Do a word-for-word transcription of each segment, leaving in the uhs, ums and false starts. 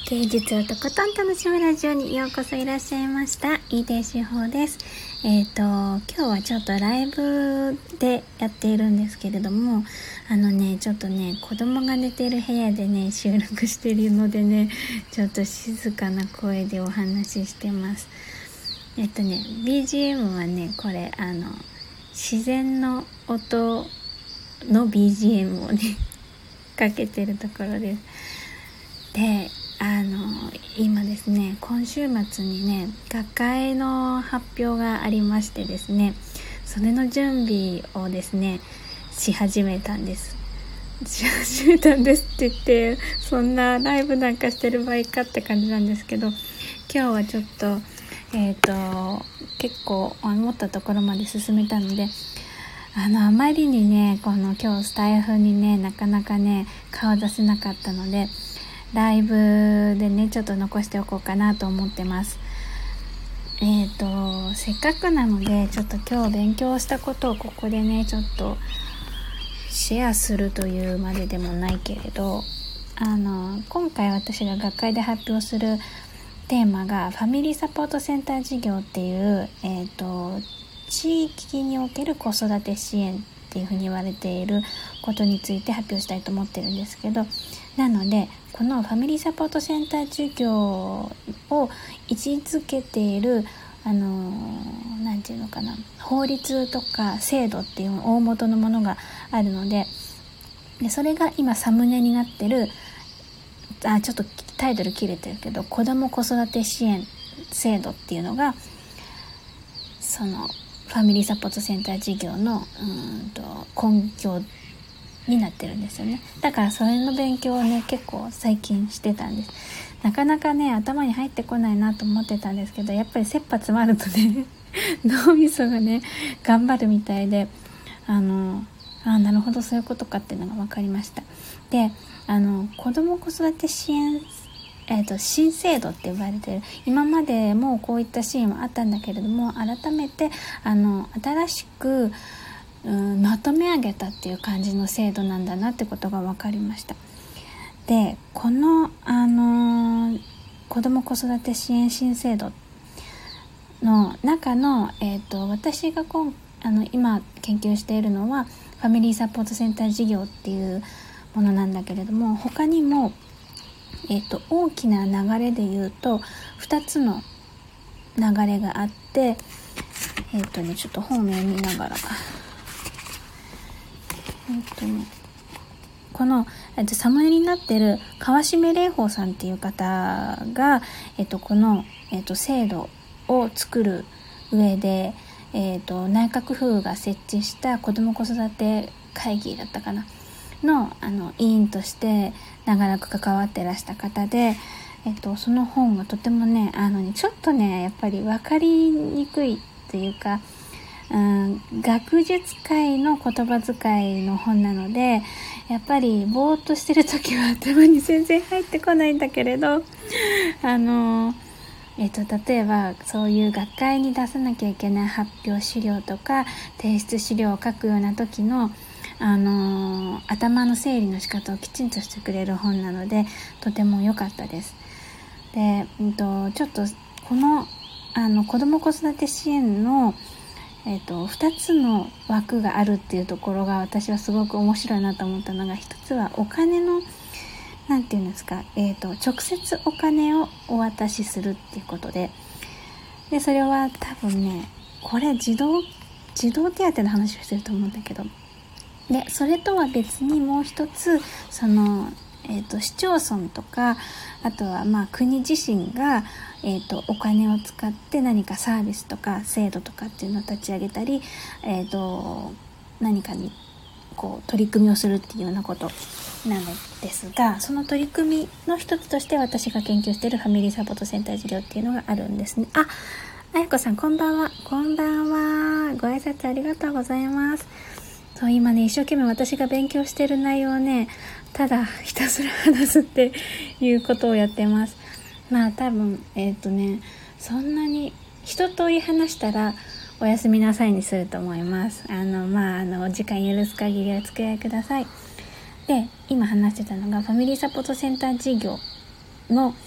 芸術をとことん楽しむラジオにようこそいらっしゃいました。飯田志保です。えっと今日はちょっとライブでやっているんですけれども、あのねちょっとね子供が寝ている部屋でね収録しているのでね、ちょっと静かな声でお話ししてます。えっとね ビージーエム はねこれあの自然の音の ビージーエム をねかけてるところです。であの今ですね今週末にね学会の発表がありましてですね、それの準備をですねし始めたんですし始めたんですって言ってそんなライブなんかしてる場合かって感じなんですけど、今日はちょっとえっと結構思ったところまで進めたので、あのあまりにねこの今日スタイフにねなかなかね顔出せなかったので、ライブでねちょっと残しておこうかなと思ってます。えっとせっかくなのでちょっと今日勉強したことをここでねちょっとシェアするというまででもないけれど、あの今回私が学会で発表するテーマがファミリーサポートセンター事業っていう、えっと地域における子育て支援っていうふうに言われていることについて発表したいと思ってるんですけど、なのでこのファミリーサポートセンター事業を位置づけているあのなんていうのかな法律とか制度っていう大元のものがあるので、でそれが今サムネになってるあちょっとタイトル切れてるけど子ども子育て支援制度っていうのがそのファミリーサポートセンター事業のうんと根拠になってるんですよね。だからそれの勉強をね結構最近してたんです。なかなかね頭に入ってこないなと思ってたんですけど、やっぱり切羽詰まるとね脳みそがね頑張るみたいで、あのあなるほどそういうことかっていうのが分かりました。であの子ども子育て支援えーと、新制度って呼ばれている、今までもこういった支援はあったんだけれども改めてあの新しく、うん、まとめ上げたっていう感じの制度なんだなってことが分かりました。でこの、あのー、子ども子育て支援新制度の中の、えーと、私が今あの今研究しているのはファミリーサポートセンター事業っていうものなんだけれども、他にもえー、と大きな流れで言うとふたつの流れがあって、えっ、ー、とねちょっと本を読みながらえっ、ー、とねこの、えー、とサムネになってる川締蓮舫さんっていう方が、えー、とこの、えー、と制度を作る上で、えー、と内閣府が設置した子ども子育て会議だったかなの, あの委員として長らく関わってらした方で、えっと、その本がとてもねあのねちょっとねやっぱり分かりにくいというか、うん、学術界の言葉遣いの本なのでやっぱりぼーっとしてる時は頭に全然入ってこないんだけれど、あのえっと、例えばそういう学会に出さなきゃいけない発表資料とか提出資料を書くような時のあのー、頭の整理の仕方をきちんとしてくれる本なのでとても良かったです。で、うんと、ちょっとこの、あの子ども子育て支援の、えっと、ふたつの枠があるっていうところが私はすごく面白いなと思ったのが、ひとつはお金のなんていうんですか、えっと、直接お金をお渡しするっていうことで、でそれは多分ねこれ児童児童手当の話をしてると思うんだけど、でそれとは別にもう一つその、えー、と市町村とかあとはまあ国自身が、えー、とお金を使って何かサービスとか制度とかっていうのを立ち上げたり、えー、と何かにこう取り組みをするっていうようなことなのですが、その取り組みの一つとして私が研究しているファミリーサポートセンター事業っていうのがあるんですね。あ、あやこさんこんばんは。こんばんは。ご挨拶ありがとうございます。そう今ね一生懸命私が勉強している内容をねただひたすら話すっていうことをやってます。まあ多分えっとねそんなに一通り話したらおやすみなさいにすると思います。あのまああのお時間許す限りお付き合いください。で今話してたのがファミリーサポートセンター事業の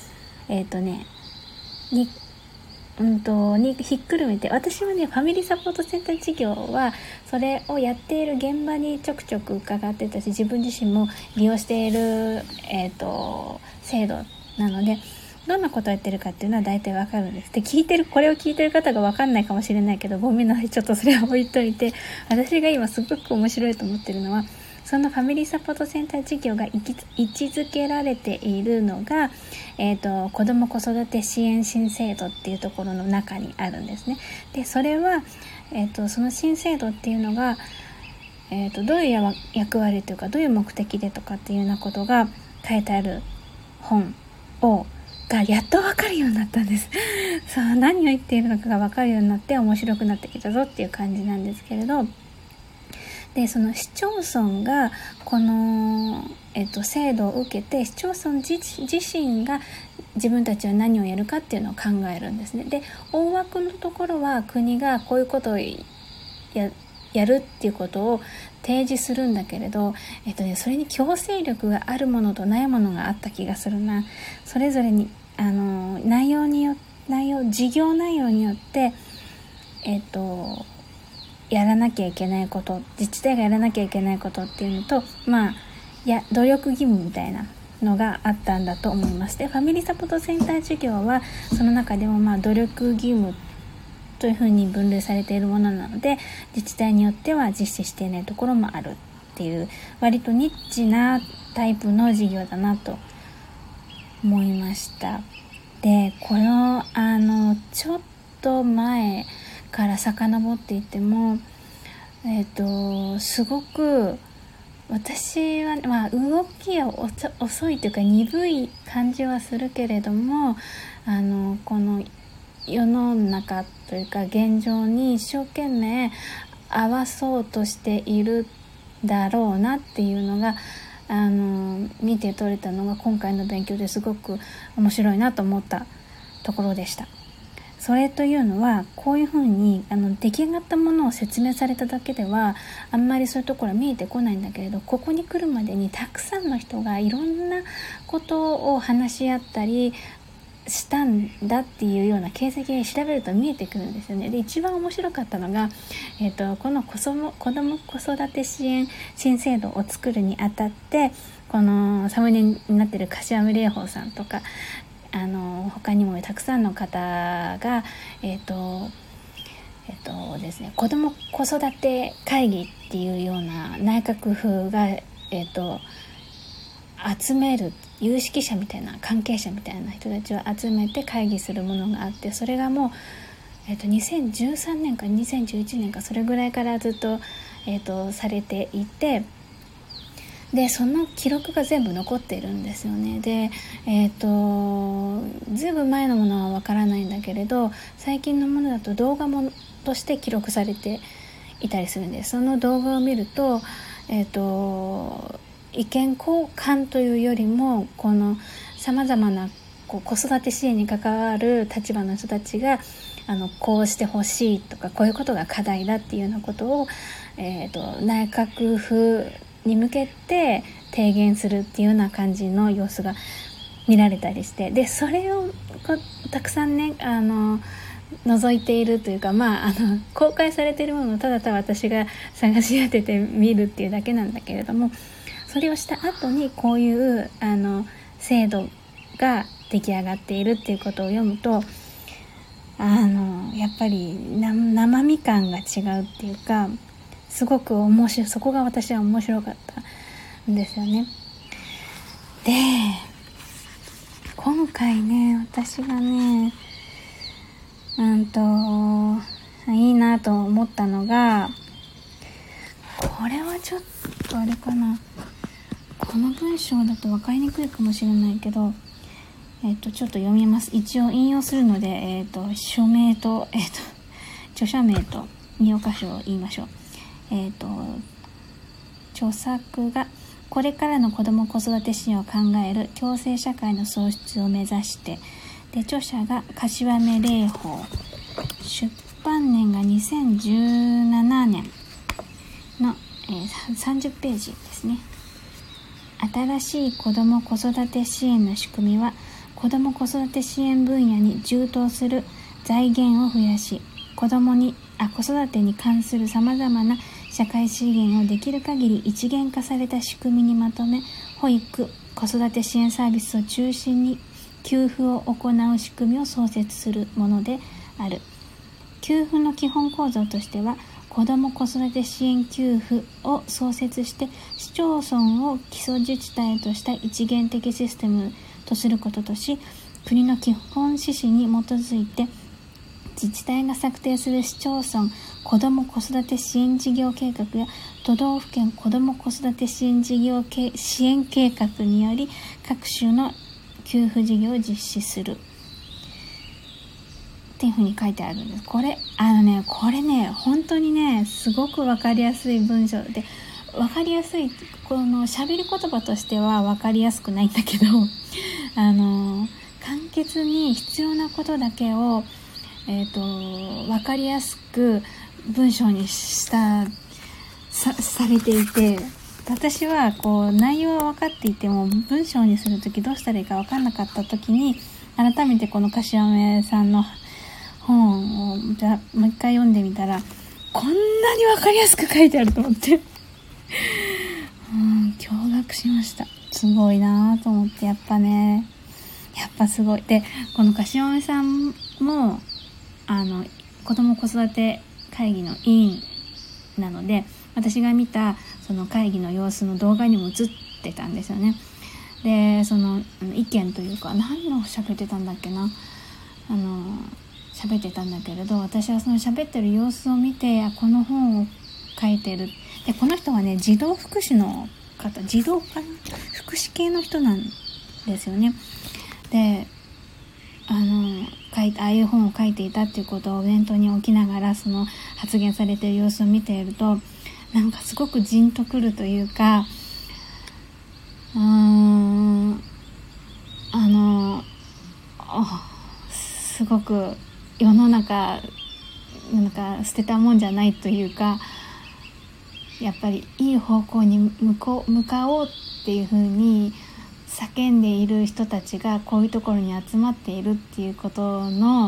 えっとねにうんとにひっくるめて、私はねファミリーサポートセンター事業はそれをやっている現場にちょくちょく伺ってたし、自分自身も利用している、えー、と制度なので、どんなことをやってるかっていうのは大体わかるんです。で、聞いてるこれを聞いてる方がわかんないかもしれないけど、ごめんなさい、ちょっとそれは置いといて、私が今すごく面白いと思ってるのは、そのファミリーサポートセンター事業が位置づけられているのが、えーと、子ども子育て支援新制度っていうところの中にあるんですね。で、それは、えーと、その新制度っていうのが、えーと、どういう役割というか、どういう目的でとかっていうようなことが書いてある本をがやっと分かるようになったんです。そう、何を言っているのかが分かるようになって面白くなってきたぞっていう感じなんですけれど、で、その市町村がこの、えっと、制度を受けて、市町村 自, 自身が自分たちは何をやるかっていうのを考えるんですね。で、大枠のところは国がこういうことを や, やるっていうことを提示するんだけれど、えっとね、それに強制力があるものとないものがあった気がするな。それぞれにあの内容によ内容事業内容によってえっとやらなきゃいけないこと、自治体がやらなきゃいけないことっていうのと、まあや努力義務みたいなのがあったんだと思います。で、ファミリーサポートセンター事業はその中でもまあ努力義務というふうに分類されているものなので、自治体によっては実施していないところもあるっていう、割とニッチなタイプの事業だなと思いました。で、このあのちょっと前から遡っていっても、えっとすごく私は、まあ、動きは遅いというか鈍い感じはするけれども、あのこの世の中というか現状に一生懸命合わそうとしているだろうなっていうのがあの見て取れたのが今回の勉強ですごく面白いなと思ったところでした。それというのは、こういうふうにあの出来上がったものを説明されただけではあんまりそういうところは見えてこないんだけれど、ここに来るまでにたくさんの人がいろんなことを話し合ったりしたんだっていうような形跡を調べると見えてくるんですよね。で、一番面白かったのが、えーと、この子供、子供子育て支援新制度を作るにあたって、このサムネになっている柏木玲宝さんとか、あの他にもたくさんの方が、えっとえっとですね、子ども子育て会議っていうような内閣府が、えっと集める有識者みたいな関係者みたいな人たちを集めて会議するものがあって、それがもう、えっとにせんじゅうさんねんかにせんじゅういちねんかそれぐらいからずっと、えっとされていて、でその記録が全部残っているんですよね。で、えっとずいぶん前のものはわからないんだけれど、最近のものだと動画もとして記録されていたりするんです。その動画を見ると、えっと意見交換というよりも、このさまざまなこう子育て支援に関わる立場の人たちがあのこうしてほしいとか、こういうことが課題だっていうようなことを、えっと内閣府に向けて提言するっていうような感じの様子が見られたりして、でそれをこうたくさんねあの覗いているというか、まあ、あの公開されているものをただただ私が探し当てて見るっていうだけなんだけれども、それをした後にこういうあの制度が出来上がっているっていうことを読むと、あのやっぱり生身感が違うっていうか、すごく面白い、そこが私は面白かったんですよね。で、今回ね、私がね、うんといいなと思ったのが、これはちょっとあれかな、この文章だと分かりにくいかもしれないけど、えっとちょっと読みます。一応引用するので、えっと署名と、えっと著者名と引用箇所を言いましょう。えーと、著作がこれからの子ども子育て支援を考える共生社会の創出を目指して、で著者が柏目玲宝、出版年がにせんじゅうななねんの、えー、さんじゅっページですね。新しい子ども子育て支援の仕組みは、 子ども子育て支援分野に充当する財源を増やし、子どもにあ子育てに関するさまざまな社会資源をできる限り一元化された仕組みにまとめ、保育・子育て支援サービスを中心に給付を行う仕組みを創設するものである。給付の基本構造としては、子ども子育て支援給付を創設して市町村を基礎自治体とした一元的システムとすることとし、国の基本指針に基づいて自治体が策定する市町村子ども子育て支援事業計画や都道府県子ども子育て支援事業支援計画により各種の給付事業を実施するっていうふうに書いてあるんです。これあのねこれね本当にねすごくわかりやすい文章で、わかりやすいこの喋り言葉としてはわかりやすくないんだけどあの簡潔に必要なことだけをえっとわかりやすく文章にしたさ, されていて、私はこう内容は分かっていても文章にするときどうしたらいいか分かんなかったときに、改めてこの柏目さんの本をじゃもう一回読んでみたら、こんなに分かりやすく書いてあると思ってうん驚愕しました。すごいなと思って、やっぱねやっぱすごい。でこの柏目さんもあの子ども子育て会議の委員なので、私が見たその会議の様子の動画にも映ってたんですよね。でその意見というか何の喋ってたんだっけなあの喋ってたんだけれど、私はその喋ってる様子を見て、この本を書いてるで、この人はね児童福祉の方、児童かな福祉系の人なんですよね。であの書いああいう本を書いていたっていうことを念頭に置きながら、その発言されている様子を見ていると、なんかすごくジンとくるというか、うーんあのすごく世の中なんか捨てたもんじゃないというか、やっぱりいい方向に向こう向かおうっていう風に叫んでいる人たちがこういうところに集まっているっていうことの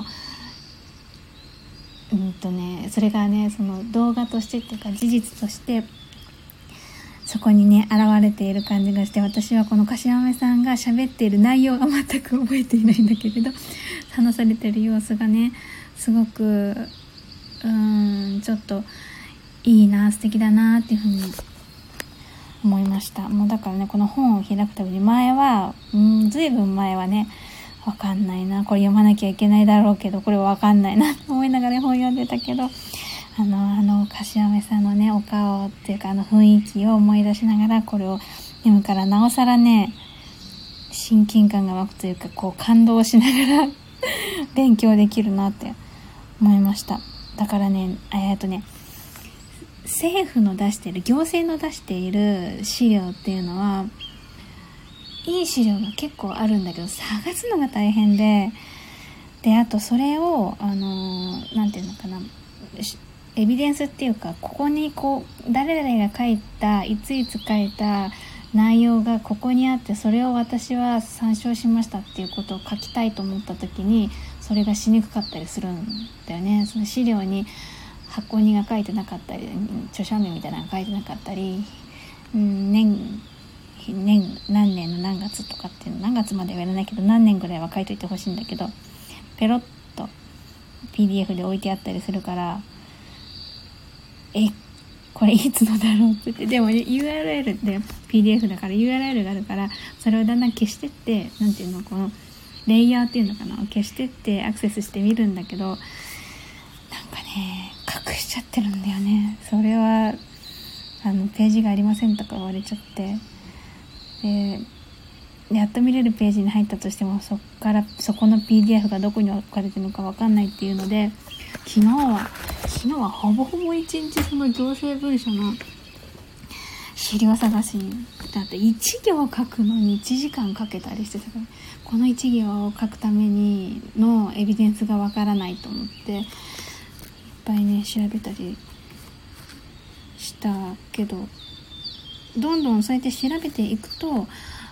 うんとねそれがねその動画としてっていうか事実としてそこにね現れている感じがして、私はこの柏目さんが喋っている内容が全く覚えていないんだけれど、話されている様子がねすごくうーんちょっといいな素敵だなっていうふうに思いました。もうだからねこの本を開くたびに、前はうんずいぶん前はねわかんないなこれ読まなきゃいけないだろうけどこれわかんないなと思いながら本読んでたけど、あのあの柏目さんのねお顔っていうかあの雰囲気を思い出しながらこれを読むから、なおさらね親近感が湧くというか、こう感動しながら勉強できるなって思いました。だからねえっとね政府の出している行政の出している資料っていうのはいい資料が結構あるんだけど探すのが大変で、であとそれをあのなんていうのかなエビデンスっていうか、ここにこう誰々が書いたいついつ書いた内容がここにあって、それを私は参照しましたっていうことを書きたいと思った時にそれがしにくかったりするんだよね。その資料に発行人が書いてなかったり、著者名みたいなのが書いてなかったり、うん、年年何年の何月とかっていうの、何月まではやらないけど何年ぐらいは書いといてほしいんだけど、ペロッと ピーディーエフ で置いてあったりするから、えこれいつのだろうって言って、でも ユーアールエル で ピーディーエフ だから ユーアールエル があるから、それをだんだん消してって、なんていうのこのレイヤーっていうのかな消してってアクセスしてみるんだけど、なんかね隠しちゃってるんだよね。それはあのページがありませんとか言われちゃって、でやっと見れるページに入ったとしてもそこからそこの ピーディーエフ がどこに置かれてるのか分かんないっていうので、昨日は昨日はほぼほぼ一日その行政文書の資料探しに、だっていち行書くのにいちじかんかけたりしてたから、このいち行を書くためにのエビデンスが分からないと思っていっぱいね調べたりしたけど、どんどんそうやって調べていくと、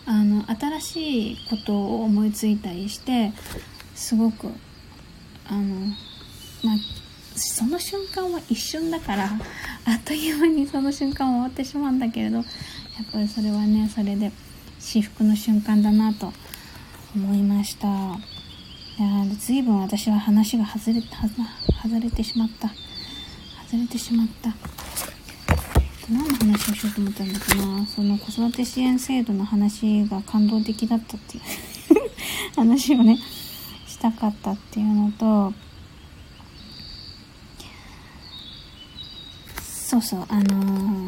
あの新しいことを思いついたりして、すごくあのまあその瞬間は一瞬だから、あっという間にその瞬間は終わってしまうんだけれど、やっぱりそれはね、それで至福の瞬間だなと思いました。いやずいぶん私は話が外れ外れてしまった外れてしまった何の話をしようと思ったんだかな。その子育て支援制度の話が感動的だったっていう話をねしたかったっていうのと、そうそうあのー、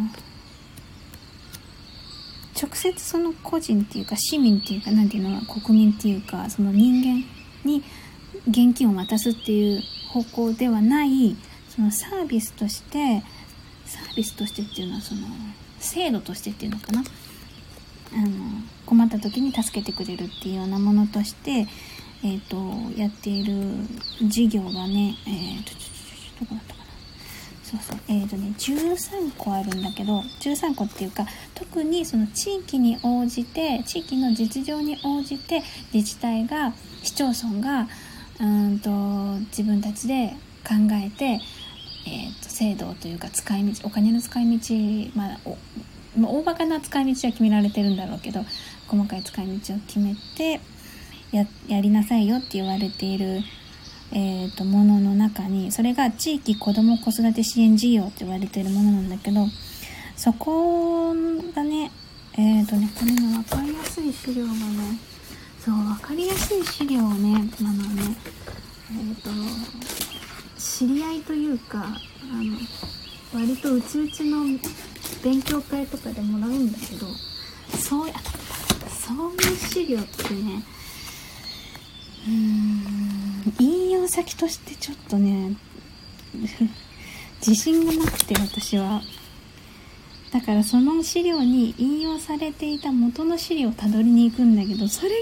直接その個人っていうか市民っていうかなんていうの国民っていうかその人間に現金を渡すっていう方向ではない、そのサービスとしてサービスとしてっていうのはその制度としてっていうのかな、あの困った時に助けてくれるっていうようなものとして、えー、とやっている事業がね、えー、とちょちょちょどこだったかな、そうそうえーとねじゅうさんこあるんだけど、じゅうさんこっていうか特にその地域に応じて地域の実情に応じて自治体が市町村がうーんと自分たちで考えて、えー、と制度というか使い道お金の使い道、まあ、お大バカな使い道は決められてるんだろうけど、細かい使い道を決めて や, やりなさいよって言われている、えー、とものの中に、それが地域子ども子育て支援事業って言われているものなんだけど、そこがねえっ、ー、とねこれの分かりやすい資料がねそう分かりやすい資料をねあのねえっ、ー、と知り合いというかあの割とうちうちの勉強会とかでもらうんだけど、そうやそういう資料ってねうーん引用先としてちょっとね自信がなくて、私はだからその資料に引用されていた元の資料をたどりに行くんだけど、それが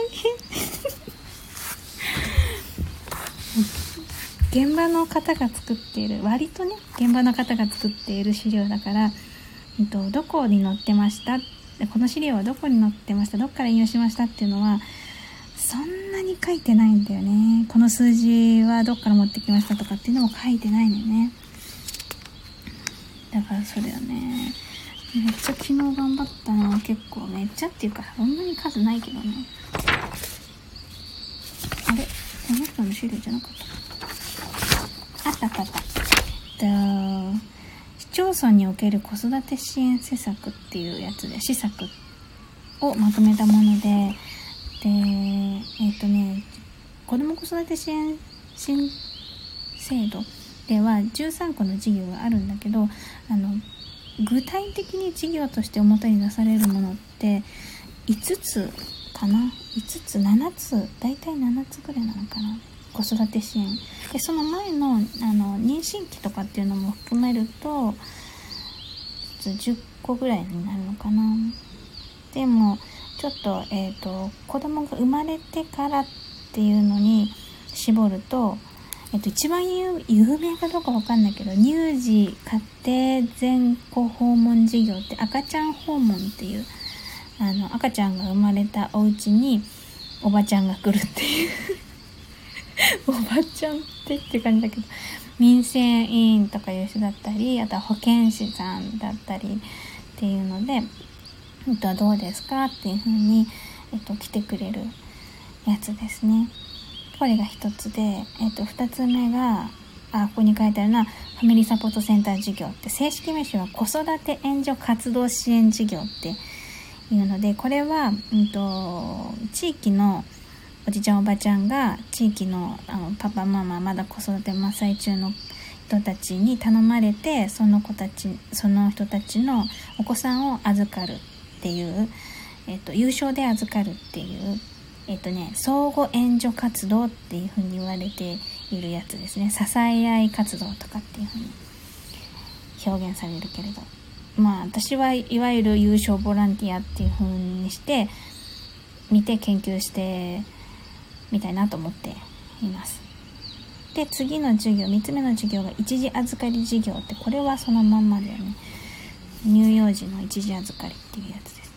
大変現場の方が作っている割とね現場の方が作っている資料だから、えっと、どこに載ってましたこの資料はどこに載ってましたどっから引用しましたっていうのはそんなに書いてないんだよね。この数字はどっから持ってきましたとかっていうのも書いてないのよね。だからそれはねめっちゃ昨日頑張ったのは結構めっちゃっていうかそんなに数ないけどね。あれこの人の資料じゃなかったあったあったあったと市町村における子育て支援施策っていうやつで施策をまとめたもので、でえっ、ー、とね子ども子育て支援新制度ではじゅうさんこの事業があるんだけど、あの具体的に事業として表に出されるものっていつつかな、いつつななつだいたいななつぐらいなのかな、子育て支援で、その前の、あの妊娠期とかっていうのも含めるとじゅっこぐらいになるのかな。でもちょっと,、えーと子供が生まれてからっていうのに絞ると、えっと、一番 有, 有名かどうかわかんないけど乳児家庭全戸訪問事業って赤ちゃん訪問っていうあの赤ちゃんが生まれたお家におばちゃんが来るっていうおばちゃんってっていう感じだけど民生委員とかいう人だったり、あとは保健師さんだったりっていうので、えっと、どうですかっていう風に、えっと、来てくれるやつですね。これが一つで、えっと、二つ目があここに書いてあるのはファミリーサポートセンター事業って正式名称は子育て援助活動支援事業っていうので、これは、うんと、地域のおじちゃんおばちゃんが地域 の, あのパパママまだ子育て真っ最中の人たちに頼まれて、その子たちその人たちのお子さんを預かるっていう、えっと、有償で預かるっていうえっとね相互援助活動っていう風に言われているやつですね。支え合い活動とかっていう風に表現されるけれど、まあ私はいわゆる有償ボランティアっていう風にして見て研究してみたいなと思っています。で次の授業みっつめの授業が一時預かり事業って、これはそのまんまだよね。乳幼児の一時預かりっていうやつです。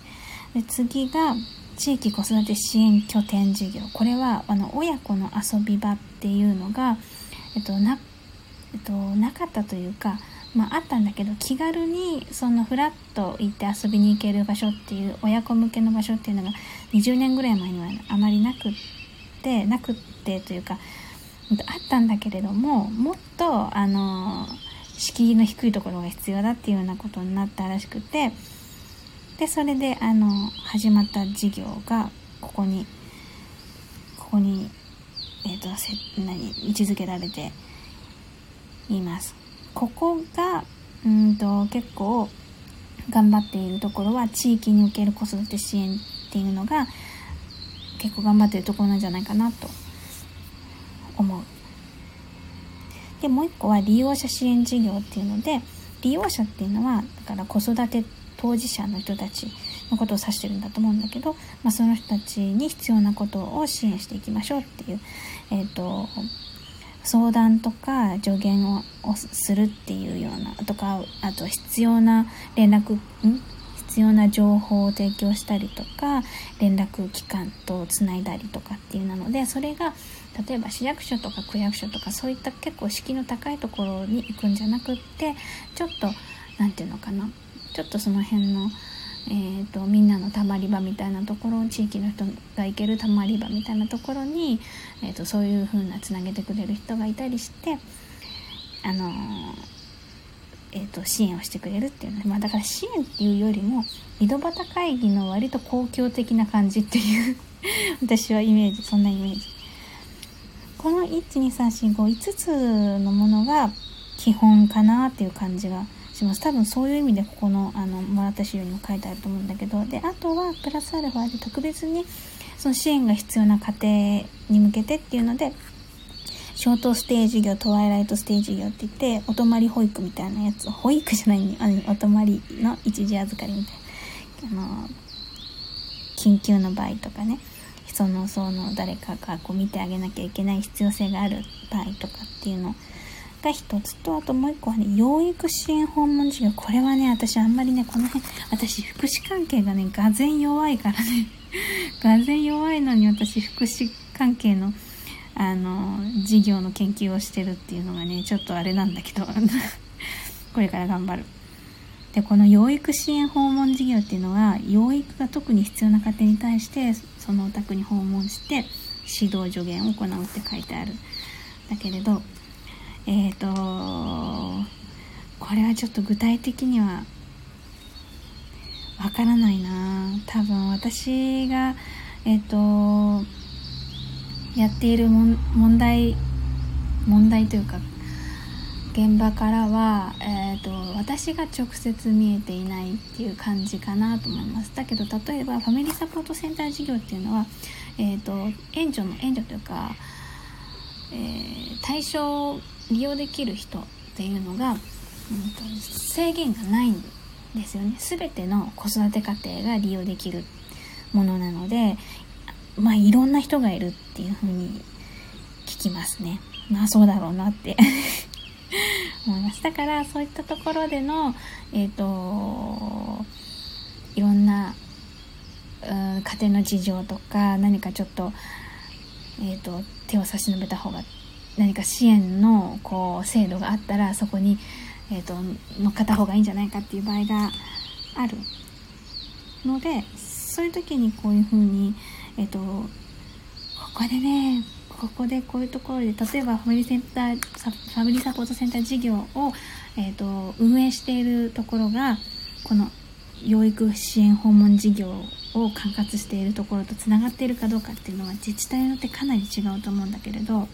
で次が地域子育て支援拠点事業。これはあの親子の遊び場っていうのが、えっとなえっと、なかったというか、まあ、あったんだけど、気軽にそのフラッと行って遊びに行ける場所っていう、親子向けの場所っていうのがにじゅうねんぐらい前にはあまりなくってなくってというかあったんだけれども、もっとあの敷居の低いところが必要だっていうようなことになったらしくて、でそれであの始まった事業がここにここにえっとせ何位置づけられています。ここがうんと結構頑張っているところは、地域における子育て支援っていうのが結構頑張っているところなんじゃないかなと思う。でもう一個は利用者支援事業っていうので、利用者っていうのはだから子育て当事者の人たちのことを指してるんだと思うんだけど、まあ、その人たちに必要なことを支援していきましょうっていう、えっと相談とか助言をするっていうようなとか、あと必要な連絡ん必要な情報を提供したりとか、連絡機関とつないだりとかっていうなので、それが例えば市役所とか区役所とかそういった結構敷居の高いところに行くんじゃなくって、ちょっとなんていうのかな、ちょっとその辺のえーとみんなのたまり場みたいなところ、地域の人が行けるたまり場みたいなところに、えーとそういう風なつなげてくれる人がいたりして、あのーえーと支援をしてくれるっていうので、まあ、だから支援っていうよりも井戸端会議の割と公共的な感じっていう私はイメージ、そんなイメージ。このいち、に、さん、よん、ご、いつつのものが基本かなっていう感じがします。多分そういう意味でここのあのもらった資料にも書いてあると思うんだけど、であとはプラスアルファで特別にその支援が必要な家庭に向けてっていうので、ショートステージ事業、トワイライトステージ事業って言って、お泊まり保育みたいなやつ、保育じゃないね、あのお泊まりの一時預かりみたいな、あの緊急の場合とかね、そのその誰かがこう見てあげなきゃいけない必要性がある場合とかっていうのが一つと、あともう一個はね、養育支援訪問事業。これはね、私あんまりね、この辺、私福祉関係がね、がぜん弱いからね、がぜん弱いのに私福祉関係のあの事業の研究をしてるっていうのがね、ちょっとあれなんだけどこれから頑張る。でこの養育支援訪問事業っていうのは、養育が特に必要な家庭に対してそのお宅に訪問して指導助言を行うって書いてあるんだけれど、えっとこれはちょっと具体的にはわからないな。多分私がえっとやっているもん問題問題というか現場からは、えーと、私が直接見えていないっていう感じかなと思います。だけど例えばファミリーサポートセンター事業っていうのは、えーと、援助の援助というか、えー、対象利用できる人っていうのが、うん、と制限がないんですよね。すべての子育て家庭が利用できるものなので、まあいろんな人がいるっていう風に聞きますね。まあそうだろうなって思います。だからそういったところでのえっといろんな家庭の事情とか、何かちょっとえっと手を差し伸べた方が、何か支援のこう制度があったらそこにえっと乗っかった方がいいんじゃないかっていう場合があるので、そういう時にこういう風にえっとここでねここでこういうところで、例えばファミリーセンターファミリーサポートセンター事業を、えー、と運営しているところがこの養育支援訪問事業を管轄しているところとつながっているかどうかっていうのは自治体によってかなり違うと思うんだけれど、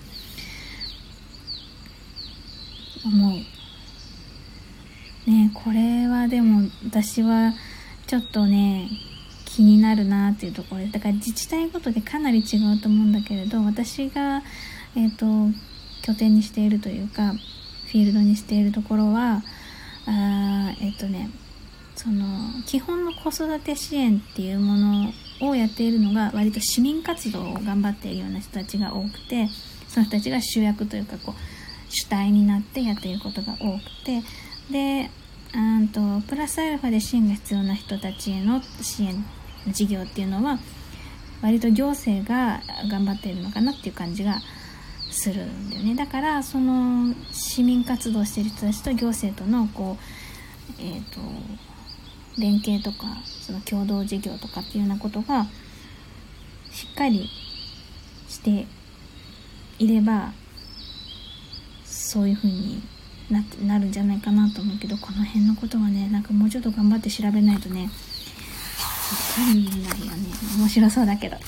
思うね。これはでも私はちょっとね気になるなっていうところで、だから自治体ごとでかなり違うと思うんだけれど、私が、えーと、拠点にしているというかフィールドにしているところはあえっ、ー、とねその基本の子育て支援っていうものをやっているのが割と市民活動を頑張っているような人たちが多くて、その人たちが主役というかこう主体になってやっていることが多くて、でうんとプラスアルファで支援が必要な人たちへの支援事業っていうのは割と行政が頑張っているのかなっていう感じがするんだよね。だからその市民活動している人たちと行政とのこう、えーと、連携とかその共同事業とかっていうようなことがしっかりしていればそういう風になって、なるんじゃないかなと思うけど、この辺のことはねなんかもうちょっと頑張って調べないとね分かんないよね。面白そうだけど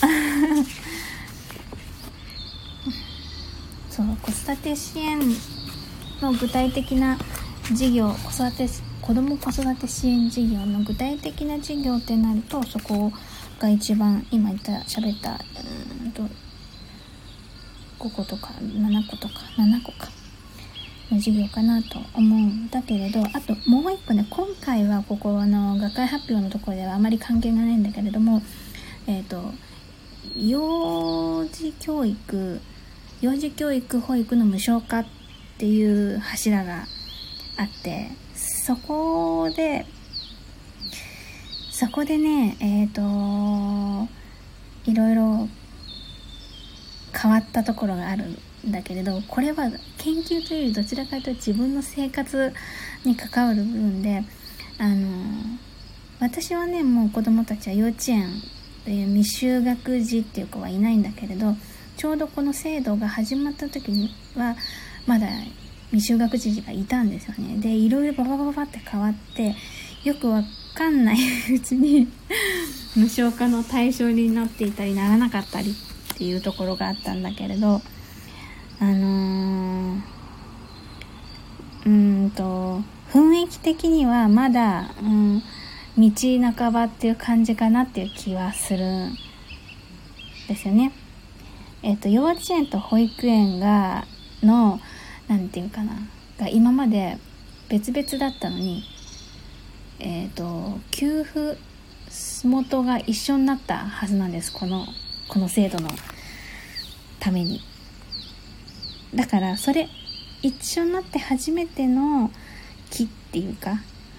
そう子育て支援の具体的な事業、子育て子ども子育て支援事業の具体的な事業ってなると、そこが一番今言った喋ったうーんとごことかななことかななこかの事業かなと思うんだけれど、あともう一個ね、今回はここあの学会発表のところではあまり関係がないんだけれども、えっと幼児教育幼児教育保育の無償化っていう柱があって、そこでそこでねえっといろいろ変わったところがあるんだけれど、これは研究というよりどちらかというと自分の生活に関わる部分で、あの私はねもう子供たちは幼稚園という未就学児っていう子はいないんだけれど、ちょうどこの制度が始まった時にはまだ未就学児がいたんですよね。でいろいろバババババって変わって、よくわかんないうちに無償化の対象になっていたりならなかったりっていうところがあったんだけれど、あのー、うーんと雰囲気的にはまだ、うん、道半ばっていう感じかなっていう気はするんですよね。えっと幼稚園と保育園がのなんていうかなが今まで別々だったのに、えっと給付元が一緒になったはずなんです、このこの制度のために。だからそれ一緒になって初めての木っていうか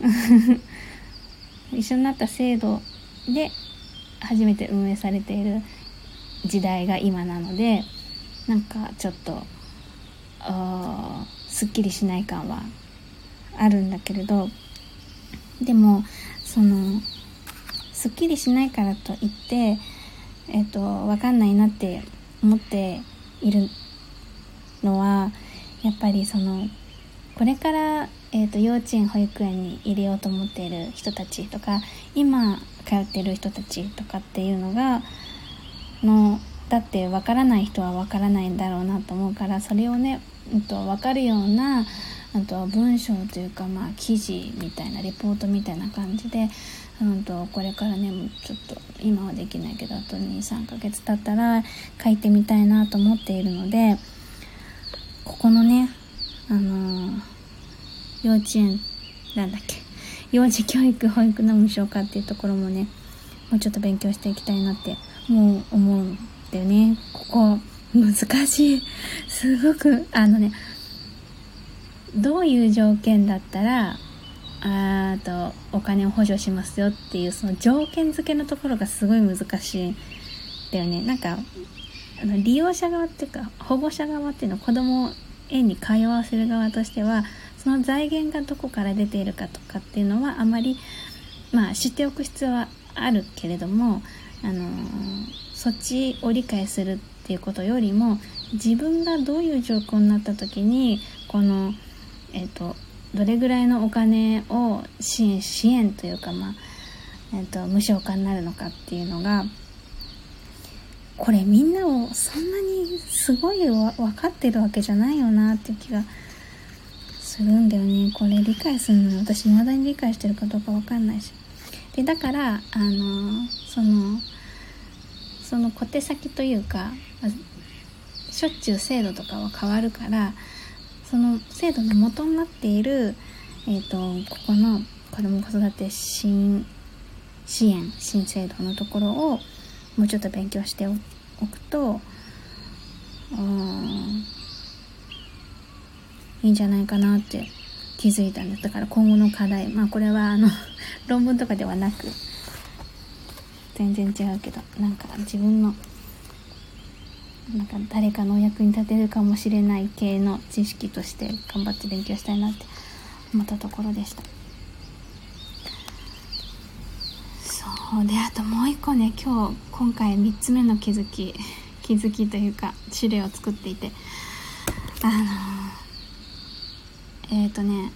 一緒になった制度で初めて運営されている時代が今なので、なんかちょっとすっきりしない感はあるんだけれど、でもそのすっきりしないからといってえっと分かんないなって思っているのは、やっぱりそのこれから、えーと、幼稚園保育園に入れようと思っている人たちとか、今通っている人たちとかっていうのがのだって分からない人は分からないんだろうなと思うから、それをね、うん、と分かるようなあと文章というか、まあ記事みたいなレポートみたいな感じで、うんとこれからねちょっと今はできないけどあと に,さん ヶ月経ったら書いてみたいなと思っているので、ここのねあのー、幼稚園なんだっけ幼児教育保育の無償化っていうところもねもうちょっと勉強していきたいなってもう思うんだよね。ここ難しい、すごくあのねどういう条件だったらあとお金を補助しますよっていうその条件付けのところがすごい難しいんだよね。なんかあの利用者側っていうか保護者側っていうの子供を園に通わせる側としてはその財源がどこから出ているかとかっていうのはあまりまあ知っておく必要はあるけれども、あのー、そっちを理解するっていうことよりも自分がどういう状況になった時にこのえっとどれぐらいのお金を支援支援というかまあえっと無償化になるのかっていうのがこれみんなをそんなにすごいわ分かってるわけじゃないよなっていう気がするんだよね。これ理解するのに私未だに理解してるかどうか分かんないし、でだからあのそのその小手先というかしょっちゅう制度とかは変わるから、その制度の元になっているえっとここの子ども子育て新支援新制度のところをもうちょっと勉強しておくといいんじゃないかなって気づいたんです。だから今後の課題、まあこれはあの論文とかではなく全然違うけど、なんか自分のなんか誰かのお役に立てるかもしれない系の知識として頑張って勉強したいなって思ったところでした。そうで、あともう一個ね、今日今回みっつめの気づき気づきというか資料を作っていて、あのえっ、ー、とね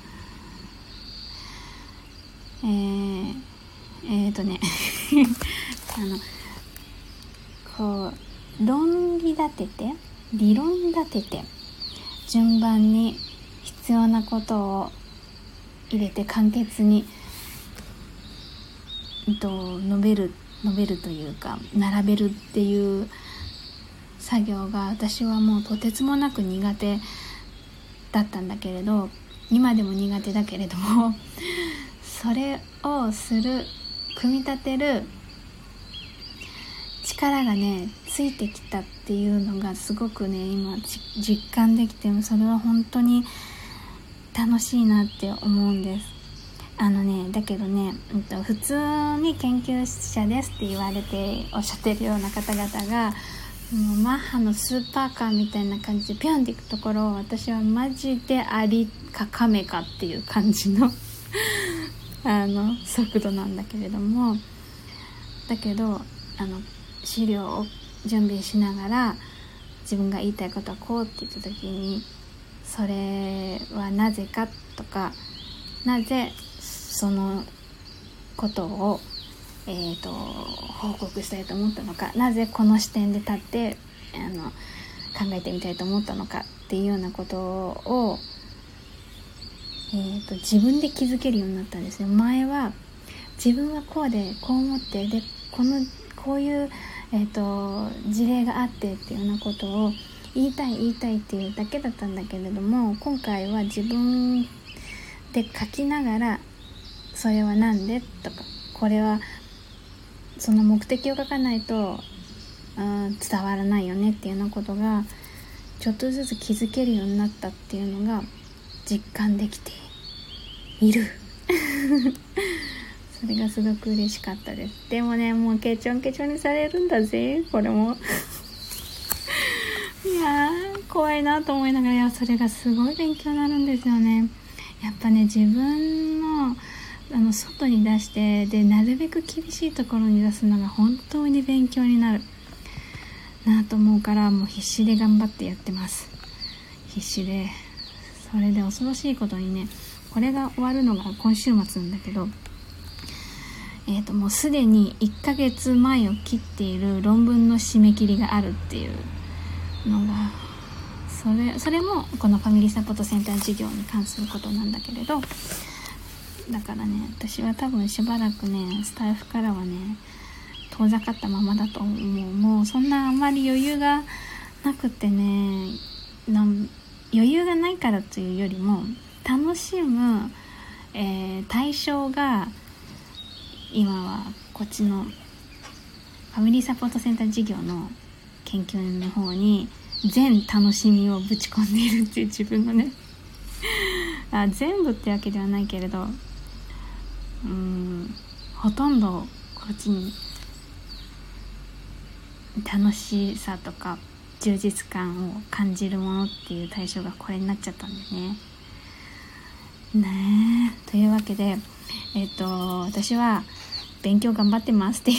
えー、えー、とねあのこう論理立てて理論立てて順番に必要なことを入れて簡潔に、えっと、述べる述べるというか並べるっていう作業が私はもうとてつもなく苦手だったんだけれど、今でも苦手だけれどもそれをする組み立てる力がねついてきたっていうのがすごくね今実感できて、それは本当に楽しいなって思うんです。あのねだけどね、うんと、普通に研究者ですって言われておっしゃってるような方々がもうマッハのスーパーカーみたいな感じでピョンっていくところを、私はマジでアリかカメかっていう感じのあの速度なんだけれども、だけどあの資料を準備しながら自分が言いたいことはこうって言った時に、それはなぜかとか、なぜそのことを、えーと、報告したいと思ったのか、なぜこの視点で立ってあの考えてみたいと思ったのかっていうようなことを、えーと、自分で気づけるようになったんですよ。前は自分はこうでこう思ってでこのこういうえーと、事例があってっていうようなことを言いたい言いたいっていうだけだったんだけれども、今回は自分で書きながら、それはなんでとか、これはその目的を書かないと、うん、伝わらないよねっていうようなことがちょっとずつ気づけるようになったっていうのが実感できているそれがすごく嬉しかったです。でもね、もうケチョンケチョンにされるんだぜこれもいやー怖いなと思いながら、いやそれがすごい勉強になるんですよね。やっぱね、自分のあの外に出して、でなるべく厳しいところに出すのが本当に勉強になるなと思うから、もう必死で頑張ってやってます。必死で。それで恐ろしいことにね、これが終わるのが今週末なんだけど、えーと、もうすでにいっかげつまえを切っている論文の締め切りがあるっていうのが、それ、それもこのファミリーサポートセンター事業に関することなんだけれど、だからね、私は多分しばらくね、スタイフからはね遠ざかったままだと思う。もうそんなあんまり余裕がなくてね、なん余裕がないからというよりも、楽しむ、えー、対象が今はこっちのファミリーサポートセンター事業の研究の方に全楽しみをぶち込んでいるっていう自分のねあ、全部ってわけではないけれど、うーんほとんどこっちに楽しさとか充実感を感じるものっていう対象がこれになっちゃったんですね。ねえ、というわけで、えっと私は勉強頑張ってますっていう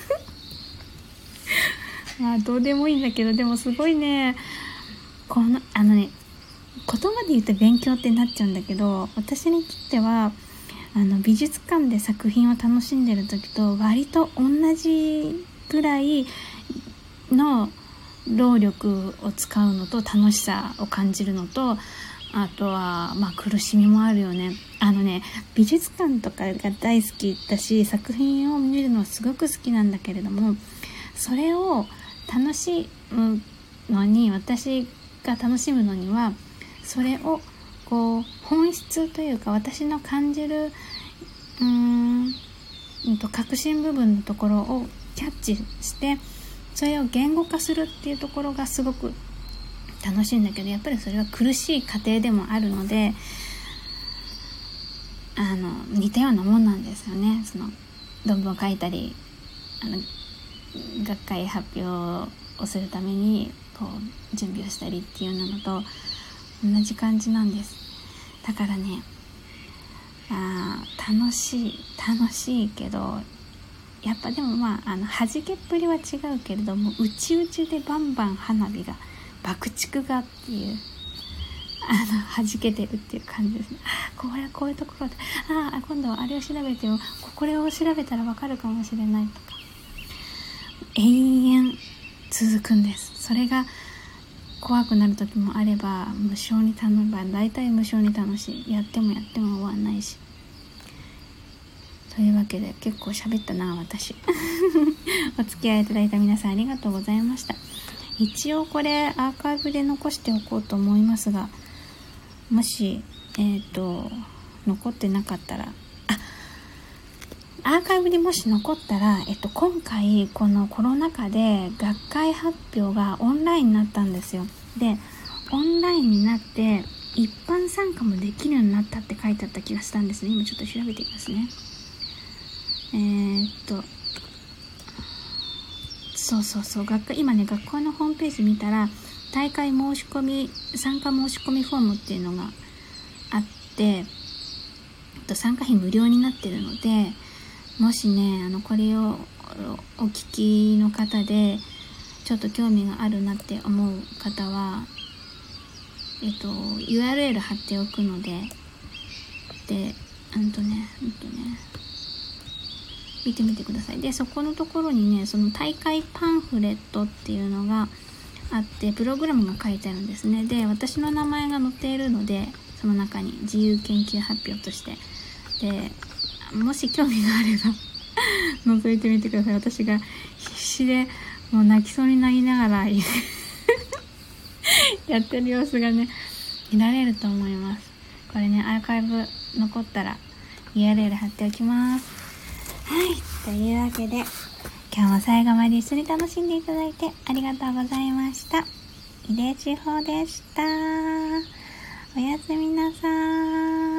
まあどうでもいいんだけど、でもすごいね、このあのね言葉で言うと勉強ってなっちゃうんだけど、私にとってはあの美術館で作品を楽しんでる時と割と同じぐらいの労力を使うのと楽しさを感じるのと、あとはまあ苦しみもあるよね。あのね、美術館とかが大好きだし、作品を見るのはすごく好きなんだけれども、それを楽しむのに、私が楽しむのには、それをこう本質というか、私の感じるうーん、うんと核心部分のところをキャッチして、それを言語化するっていうところがすごく楽しいんだけど、やっぱりそれは苦しい過程でもあるので、あの似たようなもんなんですよね。その論文を書いたりあの学会発表をするためにこう準備をしたりっていうのと同じ感じなんです。だからね、あ楽しい楽しいけど、やっぱでもまああの弾けっぷりは違うけれども、うちうちでバンバン花火が爆竹がっていう、あの弾けてるっていう感じですね。あこれはこういうところで、ああ今度はあれを調べてよ、これを調べたらわかるかもしれないとか、永遠続くんです。それが怖くなる時もあれば、無性に頼めば大体無性に楽しい、やってもやっても終わんないし、というわけで結構喋ったな私お付き合いいただいた皆さんありがとうございました。一応これアーカイブで残しておこうと思いますが、もしえっと残ってなかったら、アーカイブでもし残ったら、えっと、今回このコロナ禍で学会発表がオンラインになったんですよ。でオンラインになって一般参加もできるようになったって書いてあった気がしたんですね。今ちょっと調べてみますね。えー、っとそうそうそう学会今ね学校のホームページ見たら、大会申し込み参加申し込みフォームっていうのがあって、参加費無料になってるので、もしねあのこれをお聞きの方でちょっと興味があるなって思う方は、えっと ユーアールエル 貼っておくので、でうんとねうんとね見てみてください。でそこのところにね、その大会パンフレットっていうのがあって、プログラムが書いてあるんですね。で私の名前が載っているので、その中に自由研究発表として、でもし興味があれば覗いてみてください。私が必死でもう泣きそうになりながらやってる様子がね見られると思います。これねアーカイブ残ったら ユーアールエル 貼っておきます。はい、というわけで今日も最後まで一緒に楽しんでいただいてありがとうございました。井出千穂でした。おやすみなさーい。